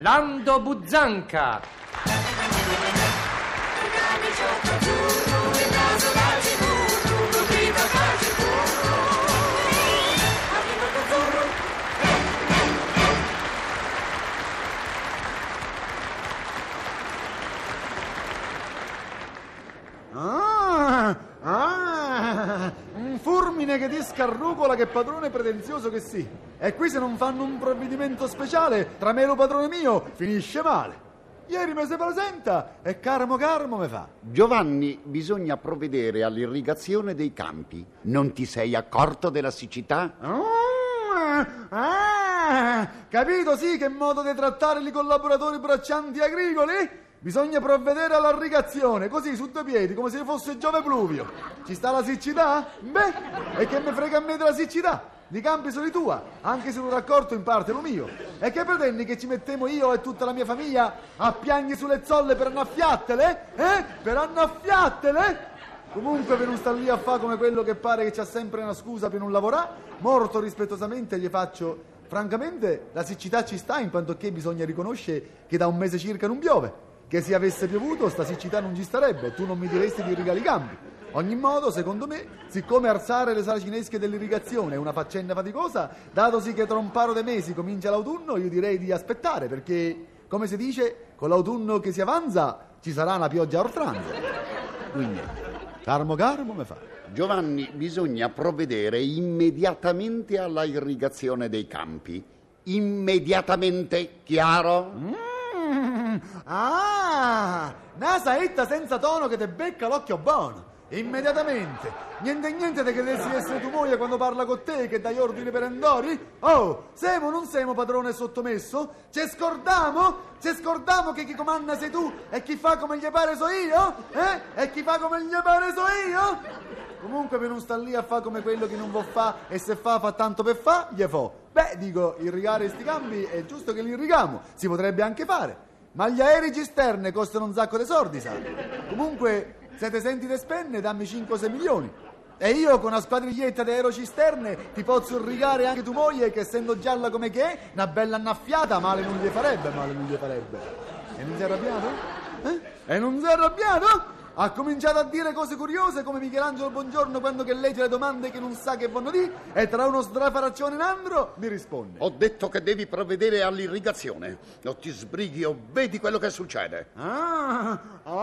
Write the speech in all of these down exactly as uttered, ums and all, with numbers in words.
Lando Buzzanca. Ah, ah, un fulmine che ti scarrucola, che padrone pretenzioso che sì. E qui se non fanno un provvedimento speciale, tra me e lo padrone mio, finisce male. Ieri mi si presenta e carmo carmo me fa: Giovanni, bisogna provvedere all'irrigazione dei campi. Non ti sei accorto della siccità? Ah, ah, capito sì che modo di trattare i collaboratori braccianti agricoli? Bisogna provvedere all'irrigazione, così su due piedi, come se fosse Giove Pluvio. Ci sta la siccità? Beh, e che me frega a me della siccità? Di campi sono i tua, anche se lo raccolto in parte lo mio. E che pretendi che ci mettiamo io e tutta la mia famiglia a piangere sulle zolle per annaffiattele? Eh? Per annaffiattele? Comunque per non star lì a fa come quello che pare che c'ha sempre una scusa per non lavorare, morto rispettosamente gli faccio: francamente la siccità ci sta, in quanto che bisogna riconoscere che da un mese circa non piove. Che se avesse piovuto sta siccità non ci starebbe, tu non mi diresti di irrigare i campi. Ogni modo, secondo me, siccome alzare le saracinesche dell'irrigazione è una faccenda faticosa, datosi che tra un paro di mesi comincia l'autunno, io direi di aspettare, perché, come si dice, con l'autunno che si avanza ci sarà una pioggia a oltranza. Quindi, carmo carmo me fa. Giovanni, bisogna provvedere immediatamente alla irrigazione dei campi. Immediatamente, chiaro? Mm. Ah, una saetta senza tono che te becca l'occhio buono. Immediatamente. Niente niente di che dovessi essere tu moglie quando parla con te che dai ordini perendori? Oh, siamo o non siamo padrone sottomesso? Ci scordamo? Ci scordamo che chi comanda sei tu e chi fa come gli pare so io? Eh? E chi fa come gli pare so io? Comunque per non star lì a fa come quello che non vuol fa e se fa fa tanto per fa, gli fo. Beh, dico, irrigare sti campi è giusto che li irrigamo, si potrebbe anche fare. Ma gli aerei cisterne costano un sacco di soldi, sa. Comunque, se te senti le spenne, dammi cinque o sei milioni. E io con una squadriglietta di aerocisterne ti posso irrigare anche tu moglie, che essendo gialla come che è, una bella annaffiata, male non gli farebbe, male non gli farebbe. E non sei arrabbiato? Eh? E non sei arrabbiato? Ha cominciato a dire cose curiose come Michelangelo Buongiorno quando che legge le domande che non sa che vanno di e tra uno strafaraccione e un altro mi risponde: Ho detto che devi provvedere all'irrigazione. O ti sbrighi o vedi quello che succede. Ah,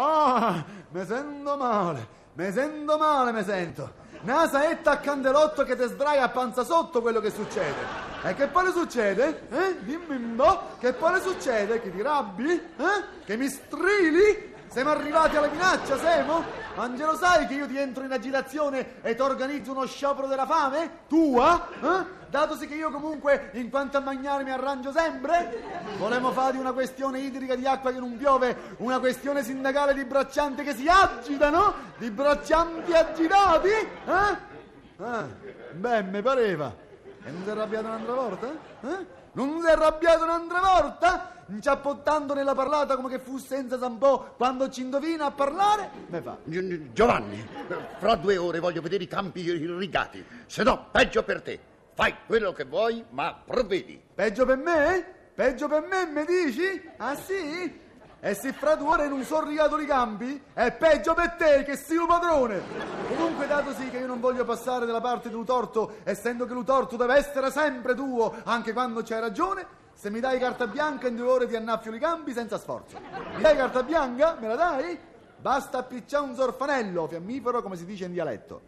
ah, mi sento male, mi sento male, mi sento. Una saetta a candelotto che te sdraia a panza sotto quello che succede. E che poi succede? Eh? Dimmi un po', che poi succede? Che ti rabbi? Eh? Che mi strilli? Siamo arrivati alla minaccia, siamo? Angelo, sai che io ti entro in agitazione e ti organizzo uno sciopero della fame? Tua? Eh? Datosi che io comunque, in quanto a mangiare, mi arrangio sempre? Volemo fare di una questione idrica di acqua che non piove una questione sindacale di braccianti che si agitano? Di braccianti agitati? Eh? Ah, beh, mi pareva. E non si è arrabbiato un'altra volta? Eh? Non si è arrabbiato un'altra volta? Inciappottando nella parlata come che fu senza zampò quando ci indovina a parlare? Me fa: Giovanni, fra due ore voglio vedere i campi irrigati, se no peggio per te. Fai quello che vuoi, ma provvedi. Peggio per me? Peggio per me, mi dici? Ah sì? E se fra due ore non sono irrigato i campi, è peggio per te che sei un padrone. Comunque, dato sì che io non voglio passare dalla parte di Lutorto, essendo che Lutorto deve essere sempre tuo, anche quando c'hai ragione, se mi dai carta bianca in due ore ti annaffio i campi senza sforzo. Mi dai carta bianca? Me la dai? Basta appicciare un sorfanello, fiammifero come si dice in dialetto.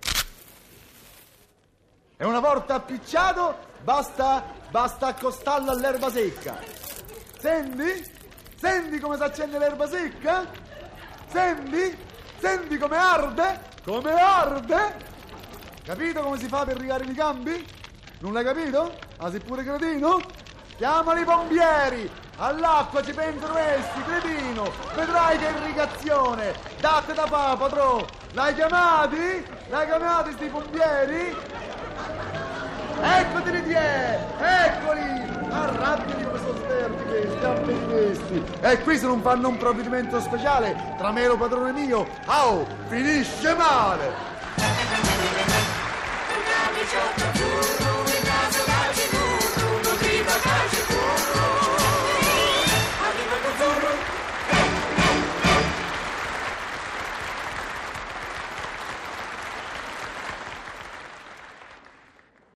E una volta appicciato, basta, basta accostarlo all'erba secca. Senti? Senti come si accende l'erba secca? Senti? Senti come arde? Come arde? Capito come si fa per irrigare i campi? Non l'hai capito? Ah, sei pure cretino? Chiamali i pompieri! All'acqua ci pensano essi, cretino! Vedrai che irrigazione! Date da pa, padrò! L'hai chiamati? L'hai chiamati sti pompieri? Eccoti di è! Eccoli! Arrabbiati come sono sterti questi, abbia questi! E qui se non fanno un provvedimento speciale tra me e lo padrone mio, oh, finisce male!